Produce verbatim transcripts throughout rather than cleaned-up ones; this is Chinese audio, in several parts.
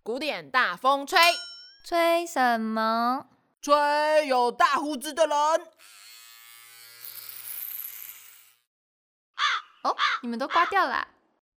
古典大风吹， 吹什么？ 吹有大胡子的人。 哦，你们都刮掉啦。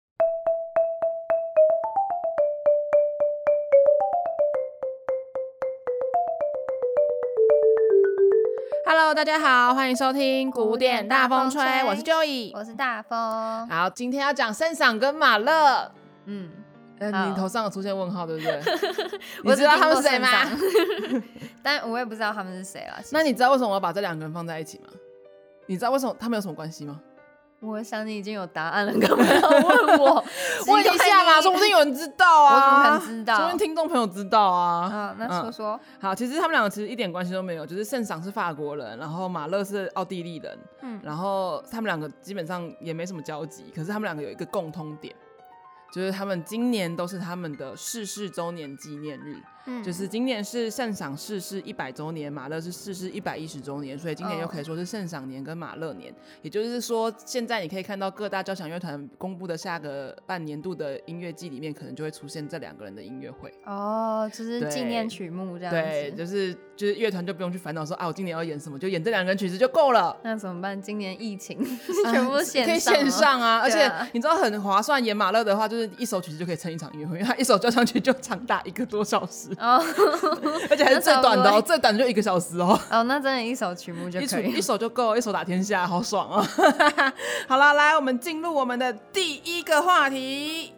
Hello， 大家好，欢迎收听古典大风吹，我是 Joey， 我是大风。 好，今天要讲圣赏跟马勒。 嗯， 呃，你头上有出现问号，对不对？ 你知道他们是谁吗？ 但我也不知道他们是谁啦。 那你知道为什么我要把这两个人放在一起吗？你知道为什么他们有什么关系吗？ 我想你已经有答案了，干嘛要问我？ 问一下嘛，说不定有人知道啊。 我怎么可能知道？ 说不定听众朋友知道啊。 啊，那说说、 嗯。好，其实他们两个其实一点关系都没有，就是圣赏是法国人，然后马勒是奥地利人，嗯，然后他们两个基本上也没什么交集，可是他们两个有一个共通点，就是他们今年都是他们的逝世周年纪念日。嗯，就是今年是圣赏逝世一百周年，马勒是逝世一百一十周年，所以今年又可以说是圣赏年跟马勒年。也就是说，现在你可以看到各大交响乐团公布的下个半年度的音乐季里面，可能就会出现这两个人的音乐会。 哦，就是纪念曲目这样子。 对，就是就是乐团就不用去烦恼说啊，我今年要演什么，就演这两个人曲子就够了。 那怎么办？今年疫情全部线上、啊、 可以线上啊，而且你知道很划算，演马勒的话，就是一首曲子就可以撑一场音乐会，因为他一首交响曲就长达一个多小时。哦，而且还是最短的哦，最短的就一个小时哦。 哦，那真的一首曲目就可以， 一, 一首就够，一首打天下，好爽哦。好啦，来，我们进入我们的第一个话题。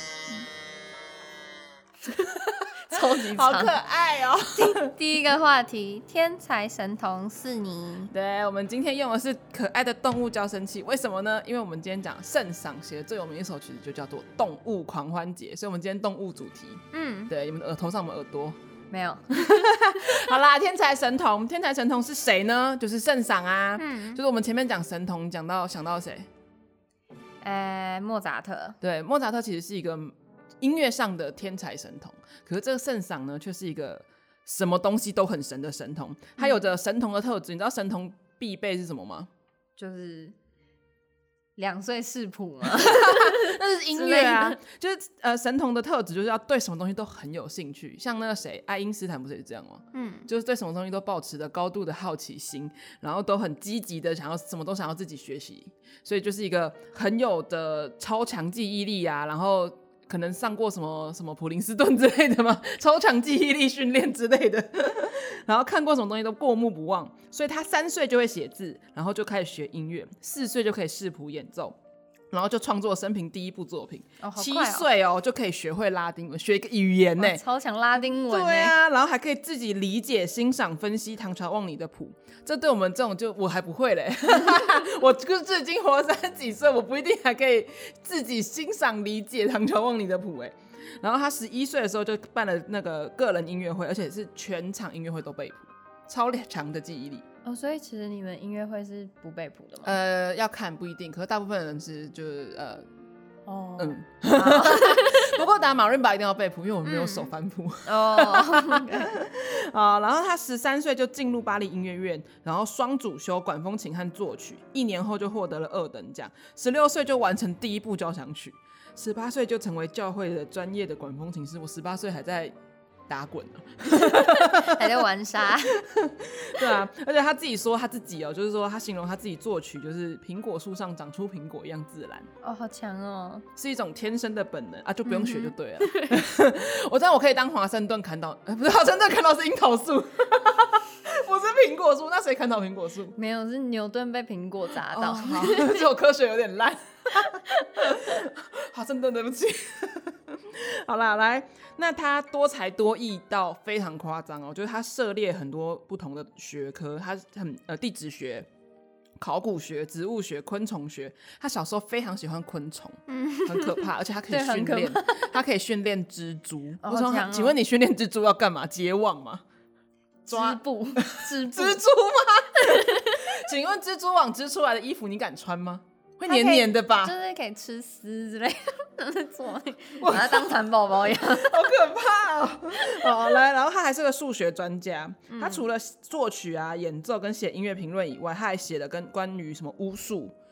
超级长， 好可爱哦。 第一个话题，天才神童是你。 对，我们今天用的是可爱的动物叫声器，为什么呢？因为我们今天讲圣赏写的最有名一首曲子就叫做《动物狂欢节》，所以我们今天动物主题。嗯，对，你们的额头上有没有耳朵？ 没有。 好啦，天才神童，天才神童是谁呢？就是圣赏啊。嗯，就是我们前面讲神童，讲到想到谁？ 呃，莫扎特。 对，莫扎特其实是一个音乐上的天才神童，可是这个圣赏呢，却是一个什么东西都很神的神童。他有着神童的特质，你知道神童必备是什么吗？ 就是两岁视谱嘛。 那是音乐啊，就是呃，神童的特质就是要对什么东西都很有兴趣。像那个谁，爱因斯坦不是也是这样吗？嗯，就是对什么东西都抱持着高度的好奇心，然后都很积极的想要什么都想要自己学习，所以就是一个很有的超强记忆力啊，然后可能上过什么什么普林斯顿之类的吗？超强记忆力训练之类的，然后看过什么东西都过目不忘，所以他三岁就会写字，然后就开始学音乐，四岁就可以视谱演奏，然后就创作生平第一部作品。 哦， 七岁哦就可以学会拉丁文，学一个语言呢， 超强拉丁文。 对啊，然后还可以自己理解、欣赏、分析唐乔望尼的谱。这对我们这种就我还不会嘞，我至今活三十几岁，我不一定还可以自己欣赏、理解唐乔望尼的谱哎。然后他十一岁的时候就办了那个个人音乐会，而且是全场音乐会都背谱，超强的记忆力。 哦，所以其实你们音乐会是不背谱的吗？ 呃，要看不一定，可是大部分人是就是呃。哦，嗯，不过打马瑞巴一定要背谱，因为我没有手翻谱。嗯、哦，啊，然后他十三岁就进入巴黎音乐院，然后双主修管风琴和作曲，一年后就获得了二等奖。十六岁就完成第一部交响曲，十八岁就成为教会的专业的管风琴师。我十八岁还在打滚呢， 还在玩沙。 对啊，而且他自己说他自己哦，就是说他形容他自己作曲就是苹果树上长出苹果一样自然。 哦，好强哦， 是一种天生的本能啊，就不用学就对了。嗯、我知道我可以当华盛顿砍倒，呃、不是华盛顿砍倒是樱桃树，不是苹果树，那谁砍倒苹果树？ 没有，是牛顿被苹果砸到。哦、 好，这我科学有点烂。华盛顿，对不起。好啦，来，那他多才多艺到非常夸张哦，就是他涉猎很多不同的学科，他很呃地质学、考古学、植物学、昆虫学。他小时候非常喜欢昆虫，嗯、很可怕，而且他可以训练，他可以训练蜘蛛。哦、我说，哦、请问你训练蜘蛛要干嘛？结网吗？ 抓布？织蜘蛛吗？请问蜘蛛网织出来的衣服你敢穿吗？会黏黏的吧？ 就是可以吃丝之类的，做把它当蚕宝宝一样， 好可怕哦！好，来，然后他还是个数学专家，他除了作曲啊、演奏跟写音乐评论以外，他还写了跟关于什么巫术、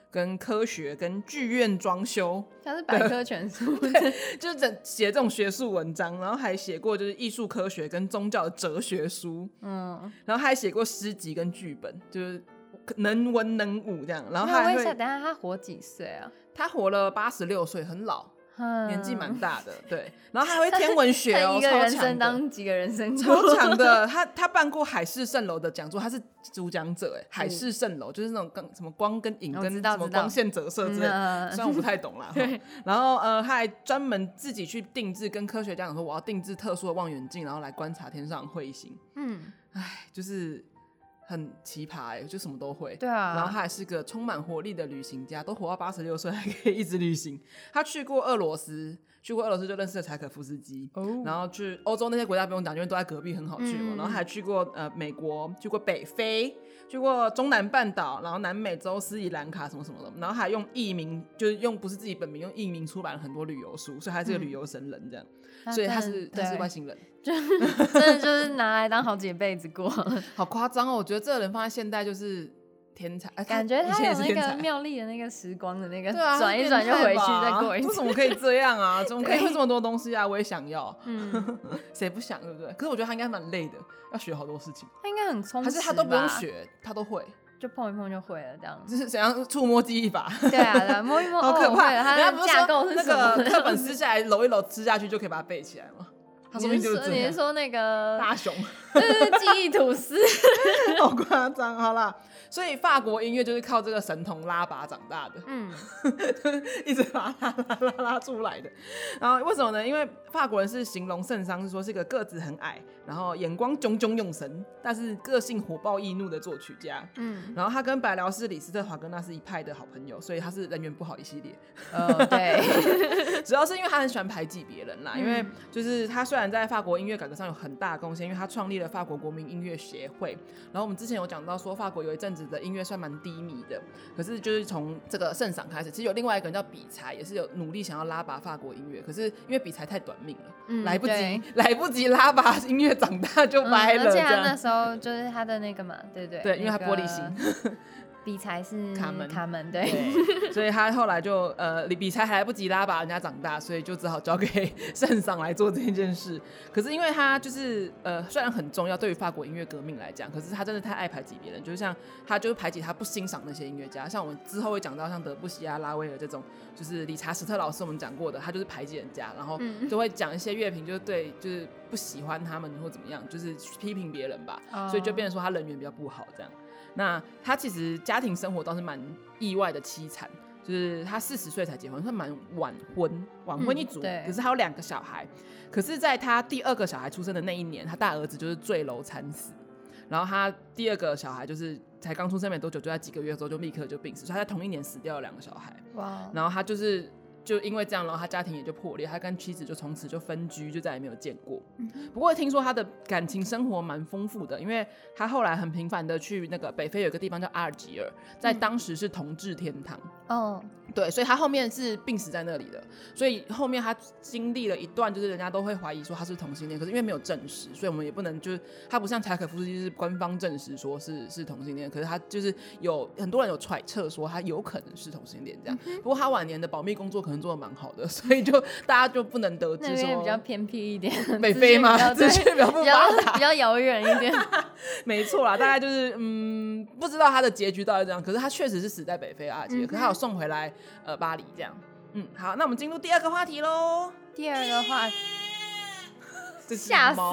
跟科学跟剧院装修， 他是百科全书， 就是写这种学术文章，然后还写过就是艺术科学跟宗教的哲学书，嗯，然后还写过诗集跟剧本，就是能文能武这样。然后他还会， 等一下他活几岁啊？ 他活了八十六岁，很老。年纪蛮大的，对，然后还会天文学哦， 一个人生当几个人生超强的。他他办过海市蜃楼的讲座，他是主讲者哎，海市蜃楼就是那种跟什么光跟影跟什么光线折射之类，嗯、虽然我不太懂啦。然后呃，他还专门自己去定制，跟科学家讲说我要定制特殊的望远镜，然后来观察天上的彗星。嗯，哎，就是。很奇葩哎、欸，就什么都会。 对啊， 然后他还是个充满活力的旅行家，都活到八十六岁还可以一直旅行。他去过俄罗斯，去过俄罗斯就认识了柴可夫斯基。哦、然后去欧洲那些国家不用讲，因为都在隔壁，很好去嘛。嗯、然后还去过呃美国，去过北非，去过中南半岛，然后南美洲斯里兰卡什么什么的。然后还用艺名，就是用不是自己本名，用艺名出版了很多旅游书，所以他是个旅游神人这样。嗯、所以他是他是外星人。 真的就是拿来当好几辈子过， 好夸张哦！我觉得这个人放在现代就是天才， 感觉他有那个妙丽的那个时光的那个转一转就回去再过一次。 为什么可以这样啊？怎么可以会这么多东西啊？我也想要，嗯，谁不想对不对？可是我觉得他应该蛮累的，要学好多事情。 他应该很充实吧？ 还是他都不用学，他都会。 就碰一碰就会了，这样就是怎样触摸记忆法。 对啊，对，摸一摸， 好可怕！ 人家不是说那个课本撕下来揉一揉，吃下去就可以把它背起来吗？他说明就是这样。 你是说那个大熊？ 就是记忆吐司， 好夸张。好啦，所以法国音乐就是靠这个神童拉拔长大的，嗯，一直把它拉拉拉拉出来的。然后为什么呢？因为法国人是形容圣桑是说是个个子很矮，然后眼光炯炯有神，但是个性火爆易怒的作曲家。嗯，然后他跟白辽士、李斯特、华格纳是一派的好朋友，所以他是人缘不好一系列。 呃，对， 主要是因为他很喜欢排挤别人啦，嗯、因为就是他虽然在法国音乐改革上有很大的贡献，因为他创立了法国国民音乐协会。然后我们之前有讲到说，法国有一阵子的音乐算蛮低迷的，可是就是从这个圣赏开始，其实有另外一个人叫比才，也是有努力想要拉拔法国音乐，可是因为比才太短命了，嗯、来不及来不及拉拔音乐长大就掰了、嗯。 而且他那时候就是他的那个嘛，对对对，因为他玻璃心。 比才是卡门， 卡门 对, 对，所以他后来就呃，比才还来不及拉拔人家长大，所以就只好交给圣赏来做这件事。可是因为他就是呃，虽然很重要，对于法国音乐革命来讲，可是他真的太爱排挤别人，就是像他就是排挤他不欣赏那些音乐家，像我们之后会讲到像德布西啊、拉威尔这种，就是理查史特老师我们讲过的，他就是排挤人家，然后就会讲一些乐评，就是对就是不喜欢他们或怎么样，就是批评别人吧， oh. 所以就变成说他人缘比较不好这样。那他其实家庭生活倒是蛮意外的凄惨，就是他四十岁才结婚，他蛮晚婚，晚婚一族、嗯，可是他有两个小孩，可是在他第二个小孩出生的那一年，他大儿子就是坠楼惨死，然后他第二个小孩就是才刚出生没多久，就在几个月之后就立刻就病死，所以他在同一年死掉了两个小孩。哇！然后他就是就因为这样，然后他家庭也就破裂，他跟妻子就从此就分居，就再也没有见过。不过听说他的感情生活蛮丰富的，因为他后来很频繁的去那个北非有一个地方叫阿尔及尔，在当时是同志天堂。哦、嗯，对，所以他后面是病死在那里的，所以后面他经历了一段，就是人家都会怀疑说他是同性恋，可是因为没有证实，所以我们也不能就是他不像柴可夫斯基是官方证实说是是同性恋，可是他就是有很多人有揣测说他有可能是同性恋这样。嗯、不过他晚年的保密工作可能做得蛮好的，所以就大家就不能得知说那边比较偏僻一点， 北非吗？资讯比较不发达， 比较遥远一点。 没错啦，大概就是嗯，不知道他的结局到底怎样，可是他确实是死在北非阿尔及尔，嗯、可是他有送回来呃巴黎这样。嗯，好，那我们进入第二个话题喽。 第二个话题，吓死！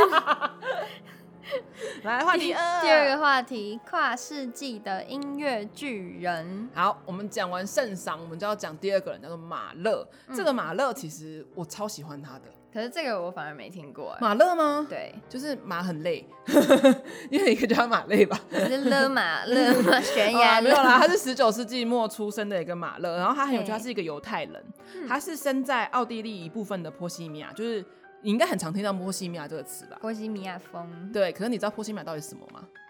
来，话题二。 第二个话题，跨世纪的音乐巨人。 好，我们讲完圣桑，我们就要讲第二个人，叫做马勒。嗯、这个马勒其实我超喜欢他的。 可是这个我反而没听过。 马勒吗？ 对， 就是马很累，因为你可以叫他马累吧。 是勒马勒马悬崖、 哦、没有啦，他是十九世纪末出生的一个马勒，然后他很有趣，他是一个犹太人，嗯、他是生在奥地利一部分的波西米亚，就是你应该很常听到波西米亚这个词吧？ 波西米亚风。 对，可是你知道波西米亚到底是什么吗？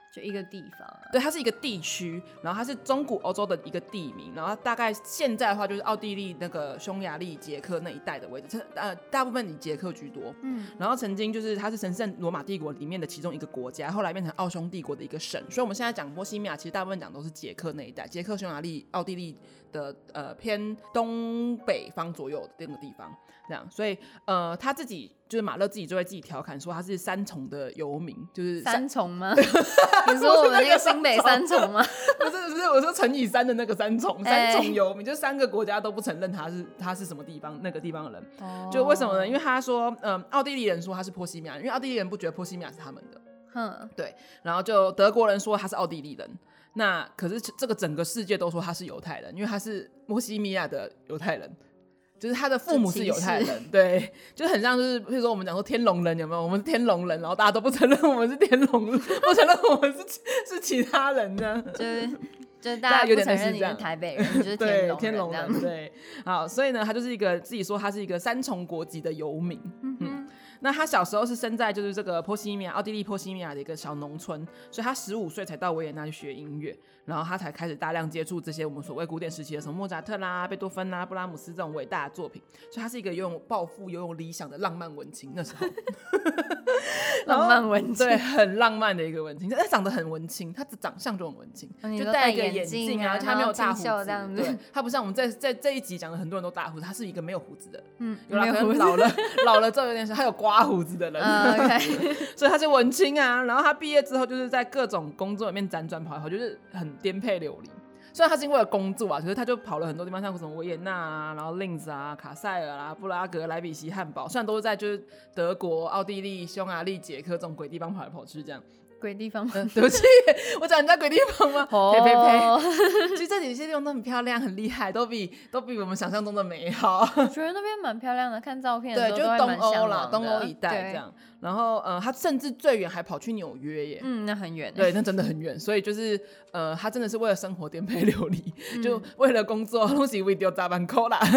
就一个地方、啊， 对，它是一个地区，然后它是中古欧洲的一个地名，然后大概现在的话就是奥地利、那个匈牙利、捷克那一带的位置，呃，大部分以捷克居多。嗯，然后曾经就是它是神圣罗马帝国里面的其中一个国家，后来变成奥匈帝国的一个省，所以我们现在讲波西米亚，其实大部分讲都是捷克那一带，捷克、匈牙利、奥地利的呃偏东北方左右的那个地方，这样，所以呃他自己就是马勒自己就会自己调侃说他是三重的游民，就是三重吗？你说我们那个新北三重吗？ 不是不是，我说乘以三的那个三重，三重游民，就是三个国家都不承认他是他是什么地方那个地方的人。哦、就为什么呢？因为他说，嗯，奥地利人说他是波西米亚人，因为奥地利人不觉得波西米亚是他们的。嗯，对，然后就德国人说他是奥地利人。那可是这个整个世界都说他是犹太人，因为他是波西米亚的犹太人。就是他的父母是犹太人，对，就很像就是比如说我们讲说天龙人有没有？我们是天龙人，然后大家都不承认我们是天龙人，不承认我们是是其他人呢， 就是就是大家不承认你是台北人，就是天龙人， 天龙人，对，好，所以呢，他就是一个自己说他是一个三重国籍的游民，嗯嗯。那他小时候是生在就是这个波西米亚奥地利波西米亚的一个小农村，所以他十五岁才到维也纳去学音乐，然后他才开始大量接触这些我们所谓古典时期的什么莫扎特啦、贝多芬啦、布拉姆斯这种伟大的作品，所以他是一个拥有抱负、拥有理想的浪漫文青。那时候浪漫文青， 对，很浪漫的一个文青，他长得很文青，他的长相就很文青， 哦、 就戴一个眼镜啊，他没有大胡子， 这样子， 对，他不像我们在在这一集讲的很多人都大胡子，他是一个没有胡子的人， 嗯， 有啦，可能老了老了之后有点像他有刮胡子的人。 Uh, okay. 所以他是文青啊，然后他毕业之后就是在各种工作里面辗转跑一跑，就是很颠沛流离。虽然他是因为工作啊，可是他就跑了很多地方，像什么维也纳啊，然后林兹啊、卡塞尔啊、布拉格、莱比锡、汉堡，虽然都是在就是德国、奥地利、匈牙利、捷克这种鬼地方跑来跑去这样。 鬼地方、 嗯，对不起，我讲人家鬼地方吗？ 哦、 呸呸呸！其实这里些地方都很漂亮，很厉害，都比都比我们想象中的美好。 我觉得那边蛮漂亮的，看照片的时候对，就东欧啦， 东欧一带这样。然后呃，他甚至最远还跑去纽约耶， 嗯，那很远。 对，那真的很远。所以就是呃，他真的是为了生活颠沛流离，嗯、就为了工作，东西为丢砸板扣啦。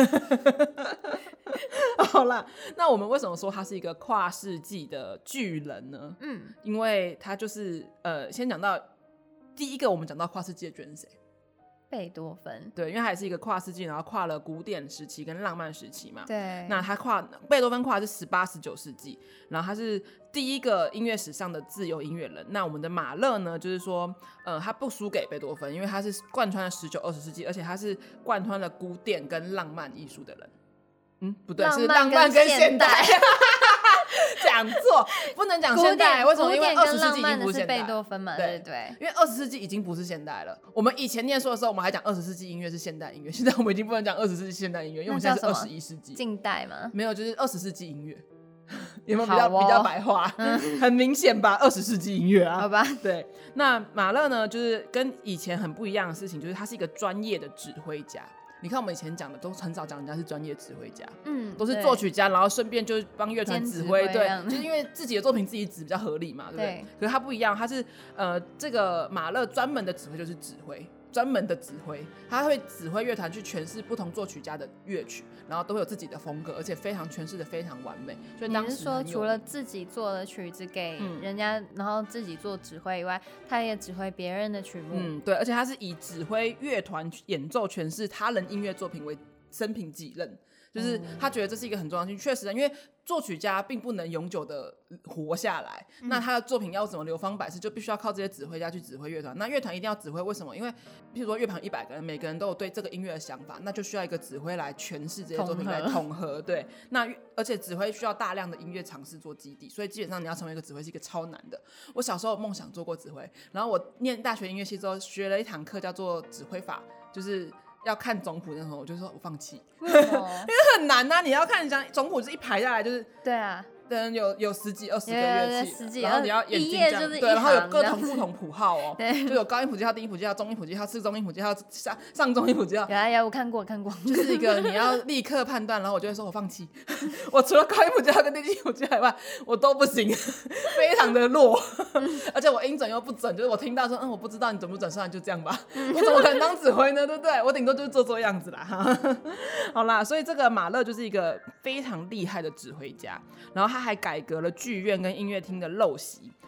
好啦，那我们为什么说他是一个跨世纪的巨人呢？嗯，因为他就是呃，先讲到第一个，我们讲到跨世纪的巨人是谁？ 贝多芬。 对，因为他也是一个跨世纪，然后跨了古典时期跟浪漫时期嘛。 对。 那他跨贝多芬跨的是十八、十九世纪，然后他是第一个音乐史上的自由音乐人。那我们的马勒呢，就是说，呃，他不输给贝多芬，因为他是贯穿了十九、二十世纪，而且他是贯穿了古典跟浪漫艺术的人。嗯，不对，是浪漫跟现代。讲错，不能讲现代。为什么？因为二十世纪已经不是现代。 贝多芬嘛，对对对。 因为二十世纪已经不是现代了。我们以前念书的时候，我们还讲二十世纪音乐是现代音乐，现在我们已经不能讲二十世纪现代音乐，因为我们现在是二十一世纪。 近代吗？ 没有，就是二十世纪音乐。有没有比较、哦、比较白话？嗯、很明显吧，二十世纪音乐啊。 好吧。 对，那马勒呢，就是跟以前很不一样的事情，就是他是一个专业的指挥家。你看我们以前讲的都很少讲人家是专业指挥家，嗯，都是作曲家，然后顺便就是帮乐团指挥，对，就是因为自己的作品自己指比较合理嘛，对不对？对。可是他不一样，他是呃这个马勒专门的指挥就是指挥，专门的指挥，他会指挥乐团去诠释不同作曲家的乐曲，然后都会有自己的风格，而且非常诠释的非常完美。所以当时你是说除了自己做的曲子给人家，嗯、然后自己做指挥以外，他也指挥别人的曲目？ 嗯，对，而且他是以指挥乐团演奏诠释他人音乐作品为生平己任。就是他觉得这是一个很重要的事情，确实，因为作曲家并不能永久的活下来，嗯、那他的作品要怎么流芳百世，就必须要靠这些指挥家去指挥乐团。那乐团一定要指挥，为什么？因为譬如说乐团一百个人，每个人都有对这个音乐的想法，那就需要一个指挥来诠释这些作品来统合。对，那而且指挥需要大量的音乐尝试做基底，所以基本上你要成为一个指挥是一个超难的。我小时候梦想做过指挥，然后我念大学音乐系之后学了一堂课叫做指挥法，就是要看总谱那时候，我就说我放弃，因为很难啊！你要看像总谱是一排下来，就是对啊， 等有有十几二十个乐器，然后你要眼睛这样， 对， 然后有各同不同谱号哦，就有高音谱记号、低音谱记号、中音谱记号、次中音谱记号、上上中音谱记号。 有啊有，我看过看过， 就是一个你要立刻判断，然后我就会说我放弃，我除了高音谱记号跟低音谱记号以外，我都不行，非常的弱，而且我音准又不准，就是我听到说嗯我不知道你准不准，算了就这样吧，我怎么可能当指挥呢？对不对？我顶多就是做做样子啦。好啦，所以这个马勒就是一个非常厉害的指挥家，然后他还改革了剧院跟音乐厅的陋习，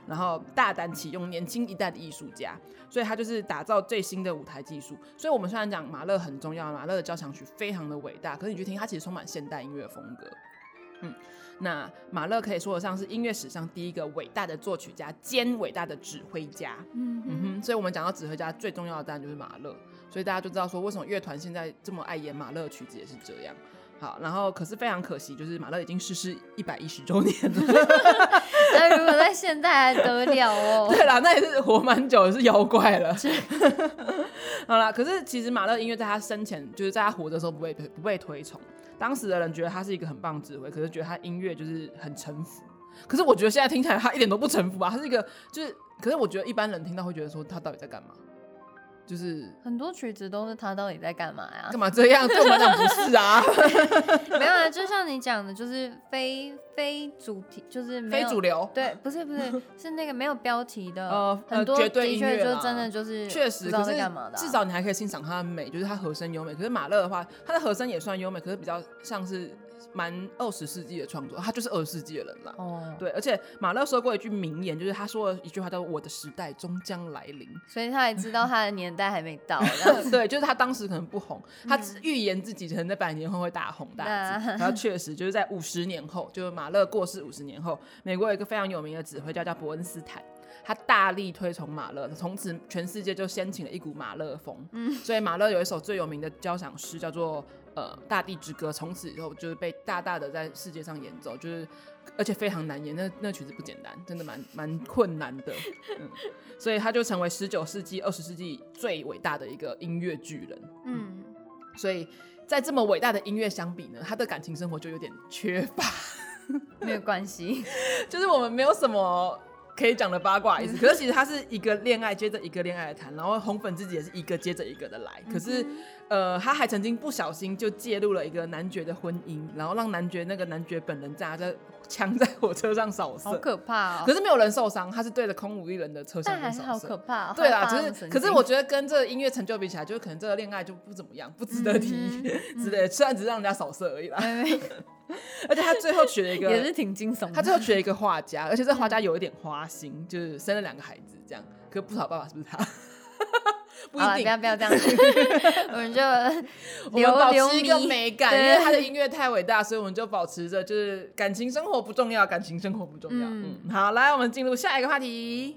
然后大胆启用年轻一代的艺术家，所以他就是打造最新的舞台技术。所以我们虽然讲马勒很重要，马勒的交响曲非常的伟大，可是你去听它其实充满现代音乐风格。嗯，那马勒可以说得上是音乐史上第一个伟大的作曲家兼伟大的指挥家。嗯嗯哼，所以我们讲到指挥家最重要的当然就是马勒，所以大家就知道说为什么乐团现在这么爱演马勒曲子也是这样。好，然后可是非常可惜，就是马勒已经逝世一百一十周年了。 那如果在现代还得了哦？ 对啦，那也是活蛮久的，是妖怪了。好啦，可是其实马勒音乐在他生前，就是在他活的时候不被不被推崇，当时的人觉得他是一个很棒的指挥，可是觉得他音乐就是很臣服。可是我觉得现在听起来他一点都不臣服啊，他是一个就是，可是我觉得一般人听到会觉得说他到底在干嘛？就是很多曲子都是他到底在干嘛呀？ 干嘛这样？对我们讲不是啊。 没有啊，就像你讲的，就是非非主题，就是没有非主流。 对，不是不是，是那个没有标题的。 呃， 很多绝对音乐的确就真的就是确实， 不知道在干嘛的、啊。 至少你还可以欣赏它的美，就是它和声优美。可是马勒的话，他的和声也算优美，可是比较像是蛮二十世纪的创作，他就是二十世纪的人啦。哦，对，而且马勒说过一句名言，就是他说了一句话叫做"我的时代终将来临"， 所以他也知道他的年代还没到。 对，就是他当时可能不红，他预言自己可能在百年后会大红大紫。然后确实就是在五十年后，就是马勒过世五十年后，美国有一个非常有名的指挥家叫伯恩斯坦。他大力推崇马勒，从此全世界就掀起了一股马勒风。嗯，所以马勒有一首最有名的交响诗叫做呃《大地之歌》，从此以后就是被大大的在世界上演奏，就是而且非常难演，那那曲子不简单，真的蛮蛮困难的。嗯，所以他就成为十九世纪、二十世纪最伟大的一个音乐巨人。嗯，所以在这么伟大的音乐相比呢，他的感情生活就有点缺乏。 没有关系， 就是我们没有什么可以讲的八卦意思，可是其实他是一个恋爱接着一个恋爱的谈，然后红粉自己也是一个接着一个的来。可是，呃，他还曾经不小心就介入了一个男爵的婚姻，然后让男爵那个男爵本人拿着枪在火车上扫射， 好可怕哦！ 可是没有人受伤，他是对着空无一人的车厢扫射， 但还是好可怕哦。 对啦，只是可是我觉得跟这个音乐成就比起来，就可能这个恋爱就不怎么样，不值得提、嗯、之类的，虽然只是让人家扫射而已啦。而且他最后娶了一个也是挺惊悚的， 他最后娶了一个画家，而且这画家有一点花心，就是生了两个孩子这样。可不知道爸爸是不是他？不一定， 不要不要这样子，我们就我们保持一个美感，因为他的音乐太伟大，所以我们就保持着就是感情生活不重要，感情生活不重要。嗯，嗯好，来我们进入下一个话题。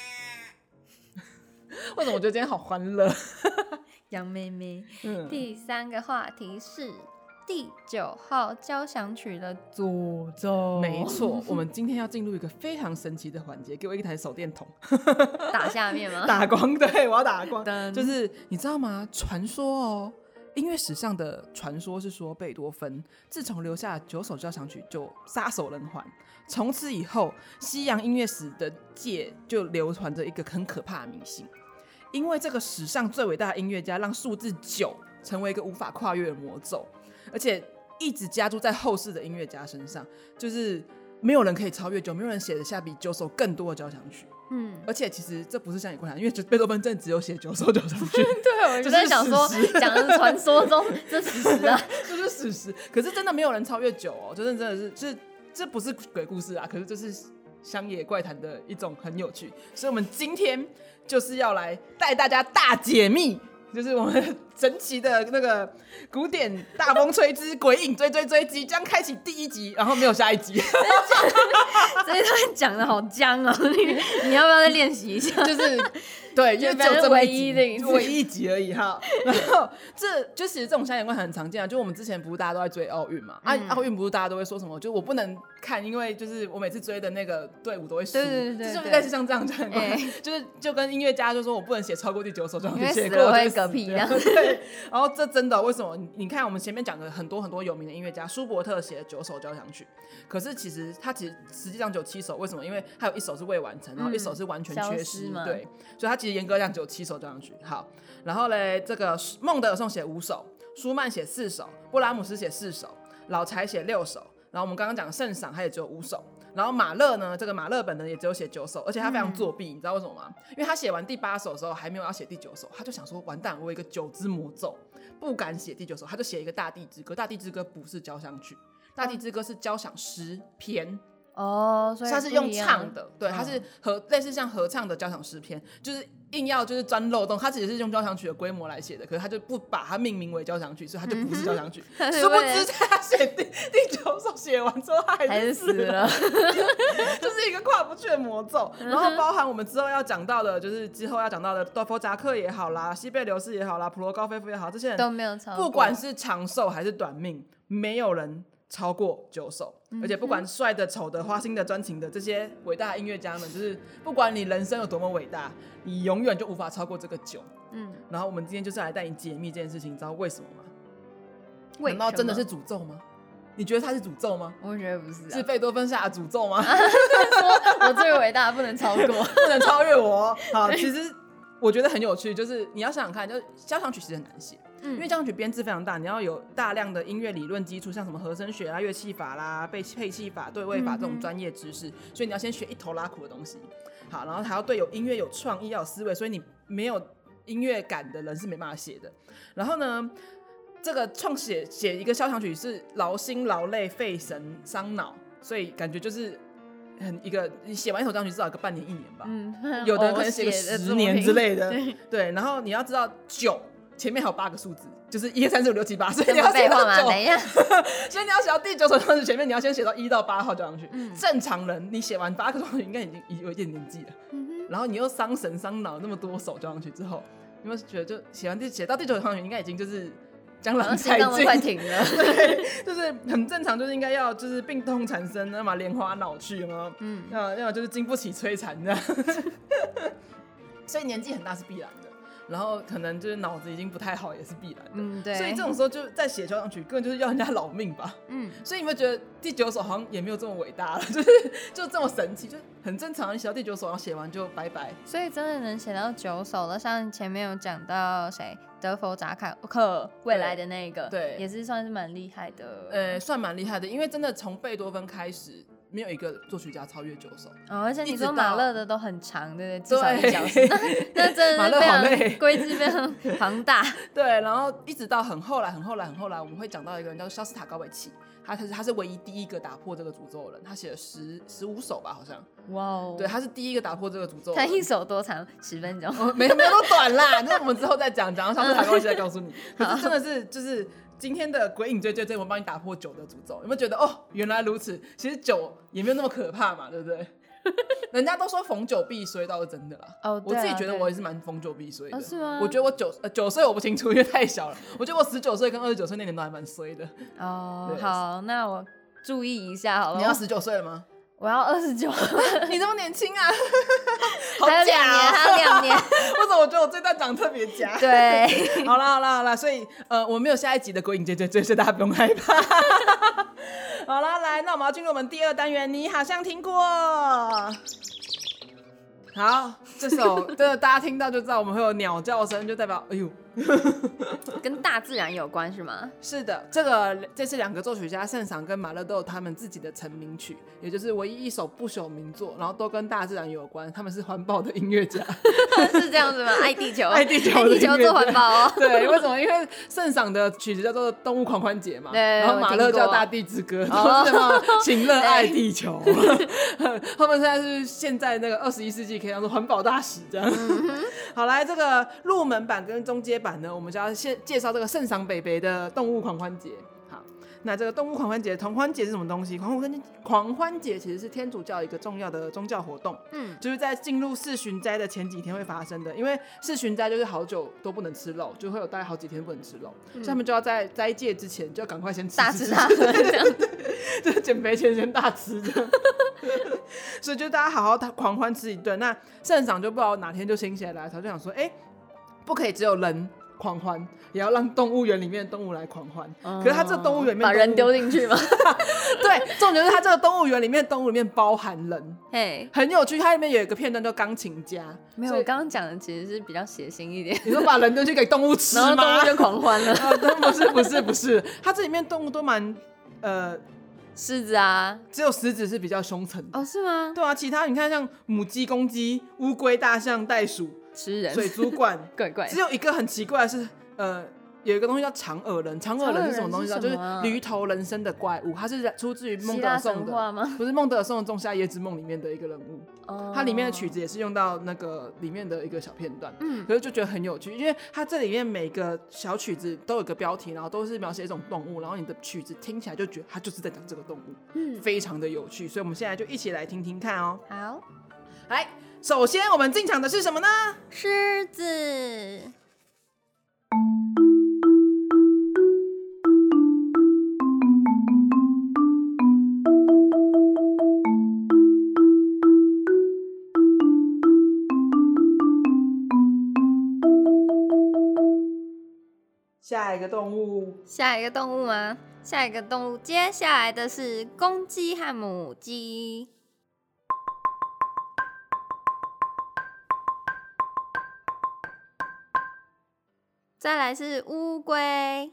为什么我觉得今天好欢乐？ 杨妹妹、嗯，第三个话题是第九号交响曲的诅咒。 没错，我们今天要进入一个非常神奇的环节，给我一台手电筒。 打下面吗？ 打光，对，我要打光。就是你知道吗？传说哦，音乐史上的传说是说，贝多芬自从留下九首交响曲就撒手人寰，从此以后，西洋音乐史的界就流传着一个很可怕的迷信，因为这个史上最伟大的音乐家让数字九成为一个无法跨越的魔咒。而且一直加注在后世的音乐家身上，就是没有人可以超越九，没有人写得下比九首更多的交响曲。嗯，而且其实这不是乡野怪谈，因为贝多芬真的只有写九首交响曲。 对，我就在想说，讲的是传说中，这事实啊， 这是事实。可是真的没有人超越九哦，就是真的是，就是这不是鬼故事啊，可是这是乡野怪谈的一种很有趣。所以我们今天就是要来带大家大解密。就是我们神奇的那个古典大风吹之鬼影追追追即将开启第一集，然后没有下一集。 这一段讲的好僵哦，你, 你要不要再练习一下？ 就是对，因为只有这么一集，唯一一集而已哈。然后这就其实这种乡野怪谈很常见啊，就我们之前不是大家都在追奥运嘛？嗯、啊，奥运不是大家都会说什么？就我不能看，因为就是我每次追的那个队伍都会输，就是类似像这样乡野怪谈，就是就跟音乐家就说我不能写超过第九首，就写过会嗝屁的。 对，然后这真的为什么？你看我们前面讲的很多很多有名的音乐家，舒伯特写了九首交响曲，可是其实他其实实际上只有七首，为什么？因为他有一首是未完成，然后一首是完全缺失，嗯、对，所以他其实严格讲只有七首交响曲。好，然后嘞，这个孟德尔颂写五首，舒曼写四首，布拉姆斯写四首，老柴写六首，然后我们刚刚讲圣赏他也只有五首。然后马勒呢，这个马勒本人也只有写九首，而且他非常作弊、嗯，你知道为什么吗？因为他写完第八首的时候还没有要写第九首，他就想说完蛋，我有一个九之魔咒，不敢写第九首，他就写一个大地之歌。大地之歌不是交响曲，大地之歌是交响诗篇。 哦，所以它是用唱的，对，它是合类似像合唱的交响诗篇，就是硬要就是钻漏洞，它其实是用交响曲的规模来写的，可是他就不把它命名为交响曲，所以它就不是交响曲。嗯、殊不知在他写第第九首写完之后，他还是死了，就是一个跨不去的魔咒。然后包含我们之后要讲到的，就是之后要讲到的多佛扎克也好啦，西贝流士也好啦，普罗高菲夫也好，这些人都没有超过， 不管是长寿还是短命，没有人超过九首。而且不管帅的、丑的、花心的、专情的，这些伟大的音乐家们，就是不管你人生有多么伟大，你永远就无法超过这个九。嗯，然后我们今天就是来带你解密这件事情，你知道为什么吗？ 为什么？ 难道真的是诅咒吗？你觉得它是诅咒吗？ 我觉得不是、啊， 是贝多芬下的诅咒吗？ 说我最伟大，不能超过， 不能超越我。好，其实我觉得很有趣，就是你要想想看，就是交响曲其实很难写。嗯、因为交响曲编制非常大，你要有大量的音乐理论基础，像什么和声学啦、乐器法啦、配配器法、对位法这种专业知识，所以你要先学一头拉苦的东西。好，然后还要对有音乐有创意，要有思维，所以你没有音乐感的人是没办法写的。然后呢，这个创写写一个交响曲是劳心劳累、费神伤脑，所以感觉就是很一个你写完一首交响曲至少有个半年一年吧，嗯、有的人可能写个十年之类的。对, 对，然后你要知道九。前面还有八个数字，就是一二三四五六七八，所以你要写到九。等一下，所以你要写到第九首交响曲前面，你要先写到一到八号交响曲。嗯、正常人你写完八个交响曲，应该已经有一点年纪了。嗯、然后你又伤神伤脑那么多首交响曲之后，有没有觉得就写完第写到第九首交响曲，应该已经就是江郎才尽， 快停了。 对，就是很正常，就是应该要就是病痛缠身，要么莲花脑去，有没有？嗯，要要么就是经不起摧残这样。所以年纪很大是必然的。然后可能就是脑子已经不太好，也是必然的。嗯，对。所以这种时候就在写交响曲，根本就是要人家老命吧。嗯。所以你会觉得第九首好像也没有这么伟大了，就是就这么神奇，就很正常。你写到第九首，然后写完就拜拜。 所以真的能写到九首的，像前面有讲到谁，德弗扎克未来的那个，对，也是算是蛮厉害的。 呃，算蛮厉害的，因为真的从贝多芬开始。没有一个作曲家超越九首、 哦，而且你说马勒的都很长，对不对？至少一小时，那, 那真的是非常规制非常庞大。 对，然后一直到很后来、很后来、很后来，我们会讲到一个人叫肖斯塔高维契，他他是唯一第一个打破这个诅咒的人，他写了十十五首吧，好像。哇哦！对，他是第一个打破这个诅咒的人。 他一首多长？十分钟？ 哦、没有没有那么短啦，那我们之后再讲，讲到肖斯塔高维契再告诉你。可是真的是就是。今天的鬼影追追追，我帮你打破九的诅咒，有没有觉得哦，原来如此？其实九也没有那么可怕嘛，对不对？人家都说逢九必衰，倒是真的啦。哦，我自己觉得我也是蛮逢九必衰的。 哦，是吗？ 我觉得我九呃九岁我不清楚，因为太小了。我觉得我十九岁跟二十九岁那年都还蛮衰的。 哦，好，那我注意一下好了。 你要十九岁了吗？ 我要二十九， 你这么年轻啊！ 还有两年，还有两年。 为什么我觉得我这段长得特别假？ 对， 好啦好啦好啦，所以呃，我没有下一集的鬼影追追追，所以大家不用害怕。好啦，来，那我们要进入我们第二单元，你好像听过。好，这首真的大家听到就知道我们会有鸟叫声，就代表哎呦。 跟大自然有关是吗？ 是的，这个这次两个作曲家圣桑跟马勒都有他们自己的成名曲，也就是唯一一首不朽名作，然后都跟大自然有关，他们是环保的音乐家。 是这样子吗？爱地球， 爱地球的音乐家， 爱地球做环保哦。 对，为什么？因为圣桑的曲子叫做《动物狂欢节》嘛，然后马勒叫《大地之歌》，都是嘛，请热爱地球。他们现在是现在那个二十一世纪可以当做环保大使这样。嗯、好，来这个入门版跟中阶版。我们就要先介绍这个圣桑北北的动物狂欢节。好，那这个动物狂欢节、狂欢节是什么东西？狂欢狂欢节其实是天主教一个重要的宗教活动，嗯，就是在进入四旬斋的前几天会发生的。因为四旬斋就是好久都不能吃肉，就会有大概好几天不能吃肉，嗯、所以他们就要在斋戒之前就要赶快先吃大吃大喝这样， 就是减肥前先大吃这样。所以就大家好好狂欢吃一顿。那圣桑就不知道哪天就心血来潮，就想说，哎、欸。不可以只有人狂欢，也要让动物园里面的动物来狂欢。嗯、可是他这个动物园里面把人丢进去吗？ 对，重点是他这个动物园里面的动物里面包含人，嘿，很有趣。它里面有一个片段叫钢琴家。 没有，我刚刚讲的其实是比较血腥一点。 你说把人丢去给动物吃吗？ 然后动物就狂欢了。 啊、不是不是不是，它这里面动物都蛮呃。 狮子啊， 只有狮子是比较凶残的。 哦，是吗？ 对啊，其他你看像母鸡、公鸡、乌龟、大象、袋鼠、 吃人、 水族馆， 怪怪。 只有一个很奇怪的是，呃， 有一个东西叫长耳人，长耳人是什么东西？就是驴头人身的怪物，它是出自于孟德尔颂的，不是孟德尔颂的《仲夏夜之梦》里面的一个人物。哦，它里面的曲子也是用到那个里面的一个小片段，嗯，可是就觉得很有趣，因为它这里面每个小曲子都有个标题，然后都是描写一种动物，然后你的曲子听起来就觉得它就是在讲这个动物，嗯，非常的有趣，所以我们现在就一起来听听看哦。 好， 来，首先我们进场的是什么呢？ 狮子。 下一个动物， 下一个动物吗？下一个动物，接下来的是公鸡和母鸡。再来是乌龟。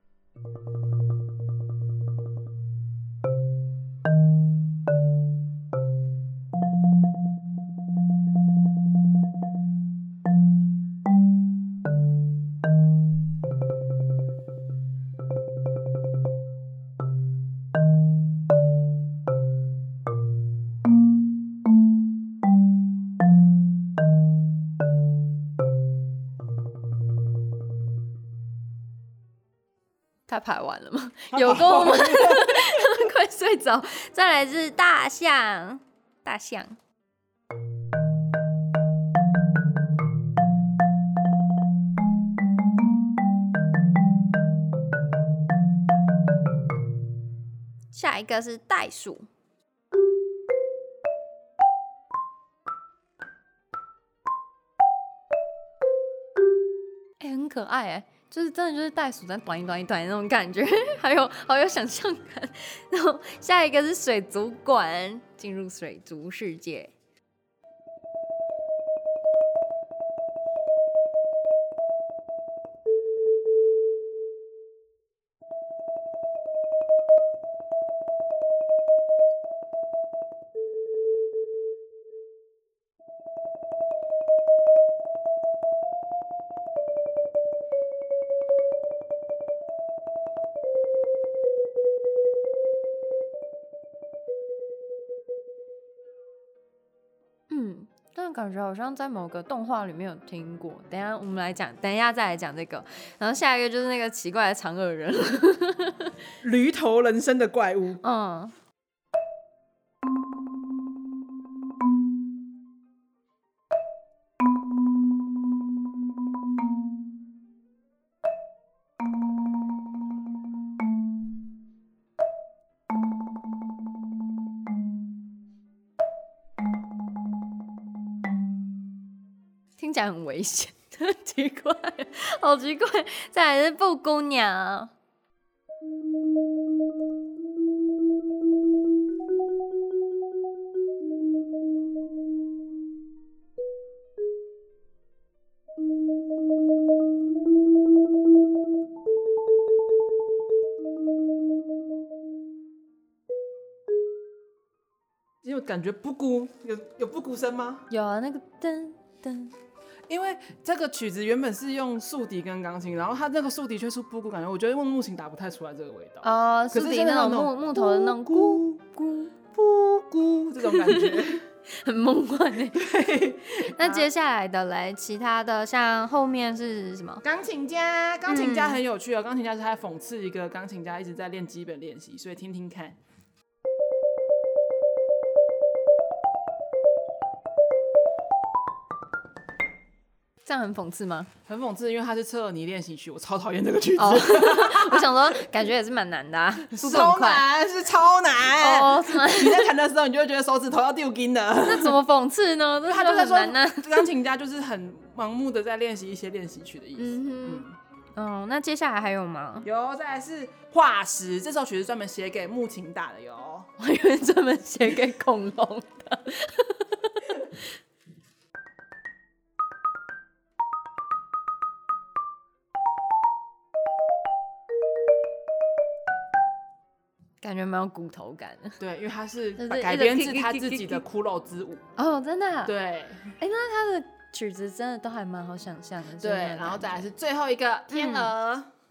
他排完了吗？有够吗？快睡着。再来是大象，大象。下一个是袋鼠。哎、欸，很可爱哎、欸。就是真的就是袋鼠在短一短一短那种感觉，还有好有想象感。然后下一个是水族馆，进入水族世界。嗯，但感觉好像在某个动画里面有听过。等一下我们来讲，等一下再来讲这个。然后下一个就是那个奇怪的长耳人， 驴头人身的怪物。 嗯。听起来很危险，奇怪，好奇怪。再来是布谷鸟， 因为感觉布谷有有布谷声吗？ 有啊，那个噔噔。 因为这个曲子原本是用竖笛跟钢琴，然后它那个竖笛却是布谷，感觉我觉得用木琴打不太出来这个味道。 哦，竖笛那种木木头的那种咕咕布谷这种感觉， 很梦幻欸。 对。 那接下来的嘞，其他的像后面是什么？ 钢琴家，钢琴家很有趣哦。钢琴家是在讽刺一个钢琴家一直在练基本练习，所以听听看。 这样很讽刺吗？ 很讽刺，因为它是车尔尼练习曲，我超讨厌这个曲子。 哦、我想说，感觉也是蛮难的啊，速度很快， 超难，是超难。 哦，是吗？ 你在弹的时候，你就会觉得手指头要丢筋的。 那怎么讽刺呢？ 他就在说，钢琴家就是很盲目的在练习一些练习曲的意思。嗯嗯。哦，那接下来还有吗？ 有，再来是化石，这首曲是专门写给木琴打的哟。 我以为专门写给恐龙的。感觉蛮有骨头感的。 对，因为它是改编自他自己的骷髅之舞。 哦，真的、啊？ 对。 哎、欸，那他的曲子真的都还蛮好想象的。 对，然后再来是最后一个天鹅。嗯、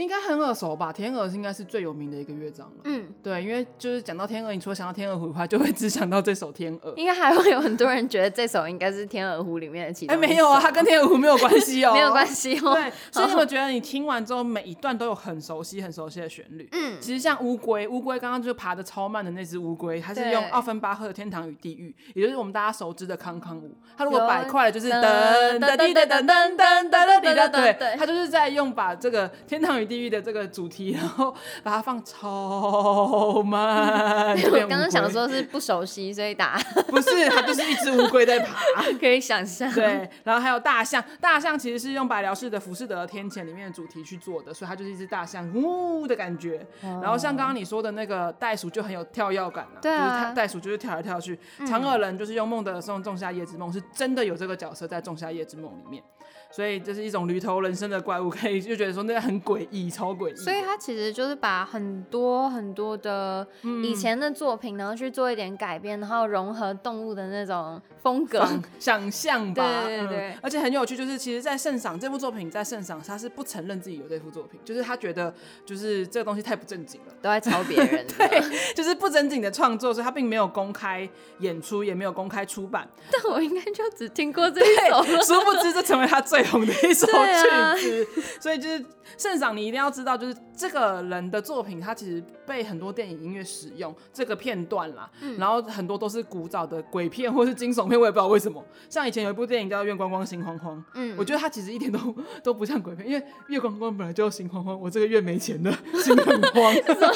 应该很耳熟吧？天鹅应该是最有名的一个乐章了。嗯，对，因为就是讲到天鹅，你除了想到天鹅湖的话，就会只想到这首天鹅。 应该还会有很多人觉得这首应该是天鹅湖里面的其中一首。 哎、欸，没有啊，它跟天鹅湖没有关系哦， 没有关系哦。 对，所以我觉得你听完之后，每一段都有很熟悉、很熟悉的旋律。嗯，其实像乌龟，乌龟刚刚就爬得超慢的那只乌龟，它是用奥芬巴赫的《天堂与地狱》，也就是我们大家熟知的康康舞。它如果摆快了，就是噔噔滴噔噔噔噔噔滴噔，对，它就是在用把这个《天堂与地狱》的这个主题，然后把它放超慢。 我刚刚想说是不熟悉，所以打不是，它就是一只乌龟在爬， 可以想象。 对，然后还有大象，大象其实是用白辽士的《浮士德天前》里面的主题去做的，所以它就是一只大象呜的感觉。哦、然后像刚刚你说的那个袋鼠就很有跳跃感啊， 对啊， 就是袋鼠就是跳来跳去。长耳人就是用孟德尔颂《仲夏夜之梦》，是真的有这个角色在《仲夏夜之梦》里面。所以这是一种驴头人身的怪物，可以就觉得说那个很诡异，超诡异。 所以他其实就是把很多很多的以前的作品，然后去做一点改编，然后融合动物的那种风格、 想象吧。 对对对、嗯， 而且很有趣，就是其实，在圣赏这部作品，在圣赏他是不承认自己有这部作品，就是他觉得就是这个东西太不正经了， 都在抄别人。 对，就是不正经的创作，所以他并没有公开演出，也没有公开出版。 但我应该就只听过这一首， 殊不知这成为他最红的一首曲子。啊、所以就是圣赏，你一定要知道，就是这个人的作品，他其实被很多电影音乐使用这个片段啦、嗯，然后很多都是古早的鬼片或是惊悚片，我也不知道为什么。像以前有一部电影叫《月光光心慌慌》，嗯，我觉得它其实一点都都不像鬼片，因为月光光本来就心慌慌，我这个月没钱了，心很慌。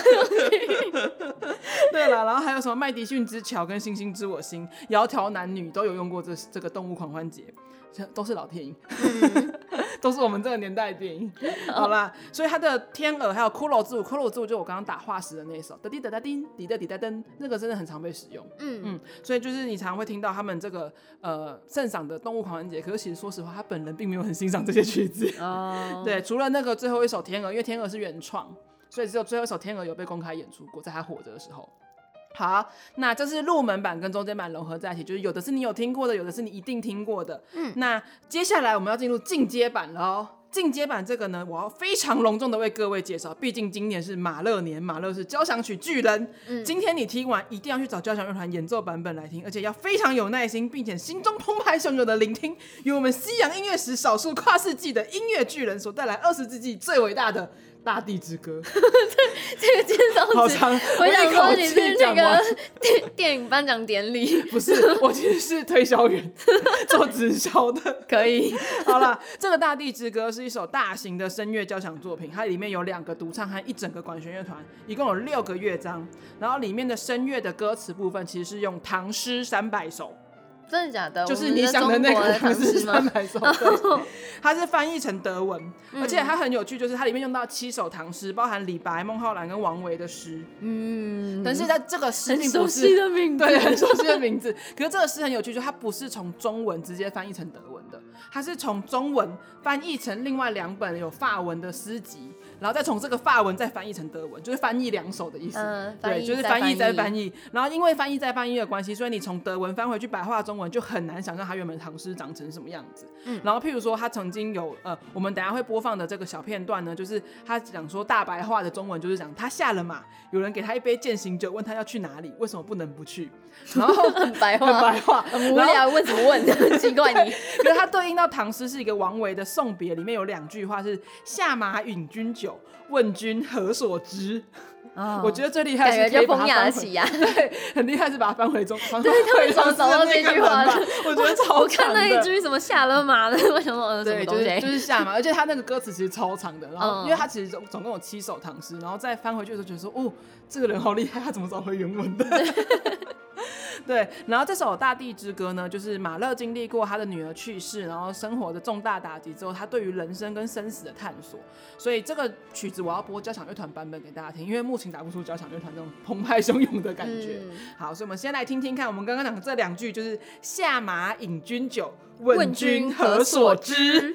对啦，然后还有什么麦迪逊之桥跟星星知我心，窈窕男女都有用过这这个动物狂欢节。都是老电影、嗯、都是我们这个年代的电影。好啦，所以他的天鹅还有骷髅之舞，骷髅之舞就我刚刚打化石的那一首哒滴哒哒叮滴哒滴哒噔，那个真的很常被使用。嗯嗯，所以就是你常常会听到他们这个呃圣赏的动物狂欢节，可是其实说实话，他本人并没有很欣赏这些曲子。哦，对，除了那个最后一首天鹅，因为天鹅是原创，所以只有最后一首天鹅有被公开演出过，在他活着的时候。好，那这是入门版跟中间版融合在一起，就是有的是你有听过的，有的是你一定听过的。嗯，那接下来我们要进入进阶版了哦。进阶版这个呢，我要非常隆重的为各位介绍，毕竟今年是马勒年，马勒是交响曲巨人。嗯，今天你听完一定要去找交响乐团演奏版本来听，而且要非常有耐心，并且心中澎湃汹涌的聆听，由我们西洋音乐史少数跨世纪的音乐巨人所带来二十世纪最伟大的大地之歌。 这个介绍好长， 我想说你是那个电电影颁奖典礼， 不是，我其实是推销员，做直销的。 可以， 好啦，这个大地之歌是一首大型的声乐交响作品，它里面有两个独唱和一整个管弦乐团，一共有六个乐章，然后里面的声乐的歌词部分其实是用唐诗三百首。 真的假的？ 就是你想的那个唐诗三百首，它是翻译成德文、嗯，而且它很有趣，就是它里面用到七首唐诗，包含李白、孟浩然跟王维的诗。嗯，但是它这个诗并不是很熟悉的名字， 对，很熟悉的名字。可是这个诗很有趣，就它不是从中文直接翻译成德文的，它是从中文翻译成另外两本有法文的诗集。然后再从这个法文再翻译成德文，就是翻译两首的意思。嗯，对，就是翻译再翻译。然后因为翻译再翻译的关系，所以你从德文翻回去白话中文，就很难想象它原本唐诗长成什么样子。嗯，然后譬如说，他曾经有呃，我们等一下会播放的这个小片段呢，就是他讲说大白话的中文，就是讲他下了马，有人给他一杯践行酒，问他要去哪里，为什么不能不去？然后很白话， 很白话， 很无聊，问什么问的？奇怪你。 可是它对应到唐诗是一个王维的送别，里面有两句话是下马饮君酒，问君何所知。哦、我觉得最厉害是可以把它翻回， 感觉就风雅起呀， 对，很厉害是把它翻回中，翻回中找到这句话， 我觉得超长的。 我看那一句什么下了马的，我想说呃什么东西， 对，就是就是下马，而且他那个歌词其实超长的，然后、嗯、因为他其实总总共有七首唐诗，然后再翻回去的时候觉得说，哦，这个人好厉害，他怎么找回原文的？对，然后这首《大地之歌》呢，就是马勒经历过他的女儿去世，然后生活的重大打击之后，他对于人生跟生死的探索。所以这个曲子我要播交响乐团版本给大家听，因为目前打不出交响乐团这种澎湃汹涌的感觉。嗯、好，所以我们先来听听看，我们刚刚讲的这两句就是下马饮君酒，问君何所知。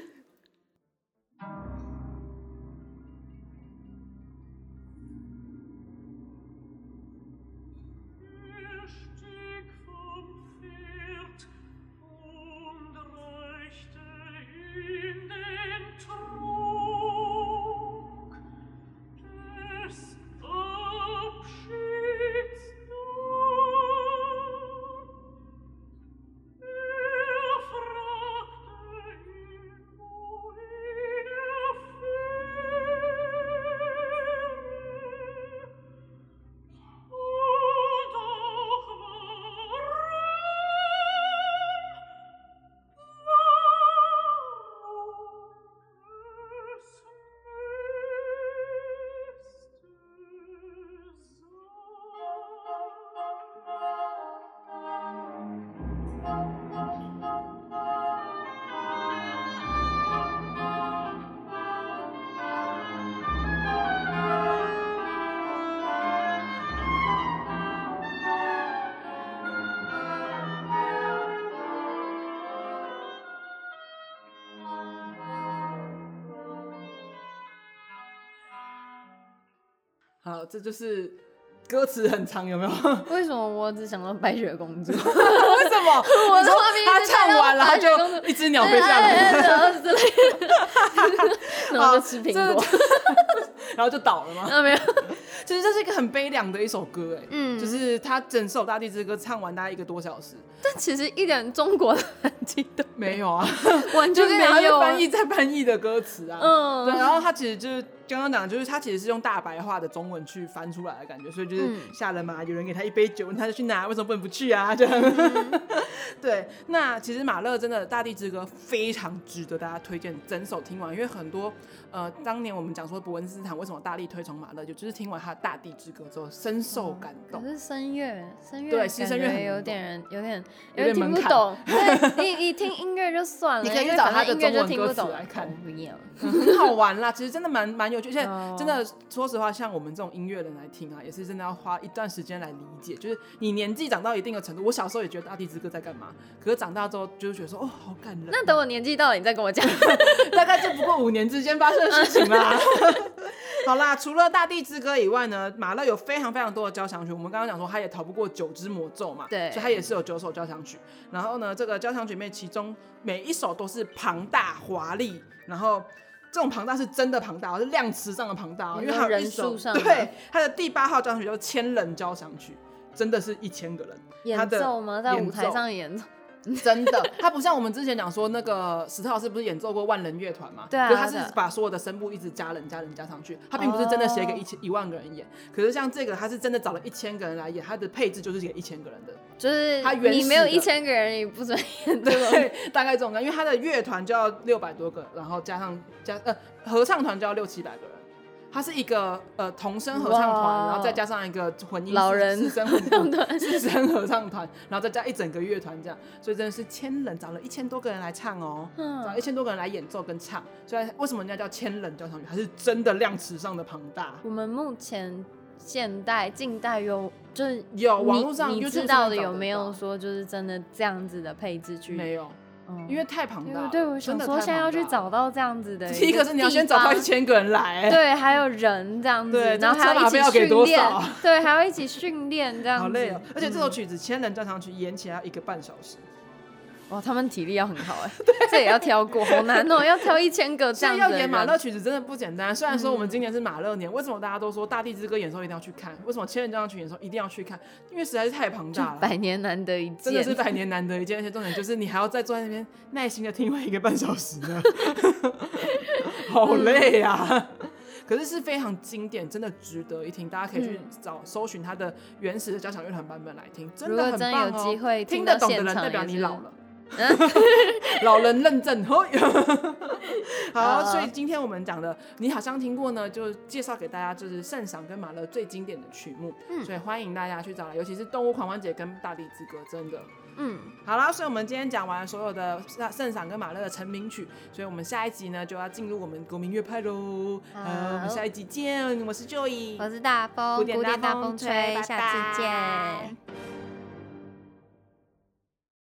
好，这就是歌词很长，有没有？ 为什么我只想到白雪公主？为什么？ 我说他唱完了，他就一只鸟飞下来， 然后之类的，然后就吃苹果， 然后就倒了吗？ 啊，没有。 其实这是一个很悲凉的一首歌，哎， 嗯， 就是他整首《大地之歌》唱完大概一个多小时， 但其实一点中国的痕迹都没有啊， 完全没有， 就是翻译再翻译的歌词啊， 嗯， 对，然后他其实就是刚刚讲，就是他其实是用大白话的中文去翻出来的感觉，所以就是下了马，有人给他一杯酒，他就去拿，为什么不能不去啊？这样，嗯、对，那其实马勒真的《大地之歌》非常值得大家推荐，整首听完，因为很多呃，当年我们讲说伯恩斯坦为什么大力推崇马勒，就就是听完他的《大地之歌》之后深受感动。 嗯、可是声乐，声乐对，其实声乐有点有点有点听不懂。对，你你听音乐就算了， 你可以去找他的中文歌词来看， 不一样， 很好玩啦。其实真的蛮蛮有趣，而且真的说实话，像我们这种音乐人来听啊，也是真的要花一段时间来理解。就是你年纪长到一定的程度，我小时候也觉得《大地之歌》在干嘛，可是长大之后就是觉得说，哦，好感人。 那等我年纪到了，你再跟我讲。 大概就不过五年之间发生的事情啦。好啦，除了《大地之歌》以外呢，马勒有非常非常多的交响曲。我们刚刚讲说，他也逃不过九支魔咒嘛， 对， 所以他也是有九首交响曲。然后呢，这个交响曲里面，其中每一首都是庞大华丽，然后这种庞大是真的庞大，是量词上的庞大，因为它有一首人数上对它的第八号交响曲叫千人交响曲，真的是一千个人演奏吗？在舞台上演奏。 真的，他不像我们之前讲说那个史特劳斯不是演奏过万人乐团嘛？ 对啊， 可是他是把所有的声部一直加人加人加上去，他并不是真的写给一千一万个人演。可是像这个，他是真的找了一千个人来演，他的配置就是给一千个人的， 就是他你没有一千个人，你不准演这种。 对，大概这种感觉，因为他的乐团就要六百多个，然后加上加呃合唱团就要六七百个人。它是一个呃童声合唱团，然后再加上一个混音老人四声混团、四声合唱团，然后再加一整个乐团这样，所以真的是千人，找了一千多个人来唱哦，嗯、找一千多个人来演奏跟唱，所以为什么人家叫千人交响曲？它是真的量词上的庞大。 我们目前现代、近代有就是有网络上你知道的有没有说就是真的这样子的配置去？ 没有。因为太庞大了， 对，我想说现在要去找到这样子的。 第一个是你要先找到一千个人来， 对，还有人这样子， 对， 然后还要一起训练，对，还要一起训练这样子， 好累哦。而且这首曲子《千人交响曲》演起来要一个半小时， 哇，他们体力要很好哎，这也要挑过，好难哦，要挑一千个这样子的人。 要演马勒曲子真的不简单。虽然说我们今年是马勒年，为什么大家都说《大地之歌》演奏一定要去看？为什么《千人交响曲》演奏一定要去看？因为实在是太庞大了， 百年难得一见， 真的是百年难得一见。而且重点就是你还要再坐在那边耐心的听完一个半小时呢，好累啊！可是是非常经典，真的值得一听，大家可以去找搜寻它的原始的交响乐团版本来听，真的很棒哦。 如果真有机会听得懂的人，代表你老了。老人认证。好，所以今天我们讲的你好像听过呢，就介绍给大家就是圣赏跟马勒最经典的曲目，嗯、所以欢迎大家去找来，尤其是动物狂欢节跟大地之歌，真的。嗯，好啦，所以我们今天讲完所有的圣赏跟马勒的成名曲，所以我们下一集呢就要进入我们国民乐派喽。呃，我们下一集见，我是 Joey， 我是大风， 古典大风吹，下次见。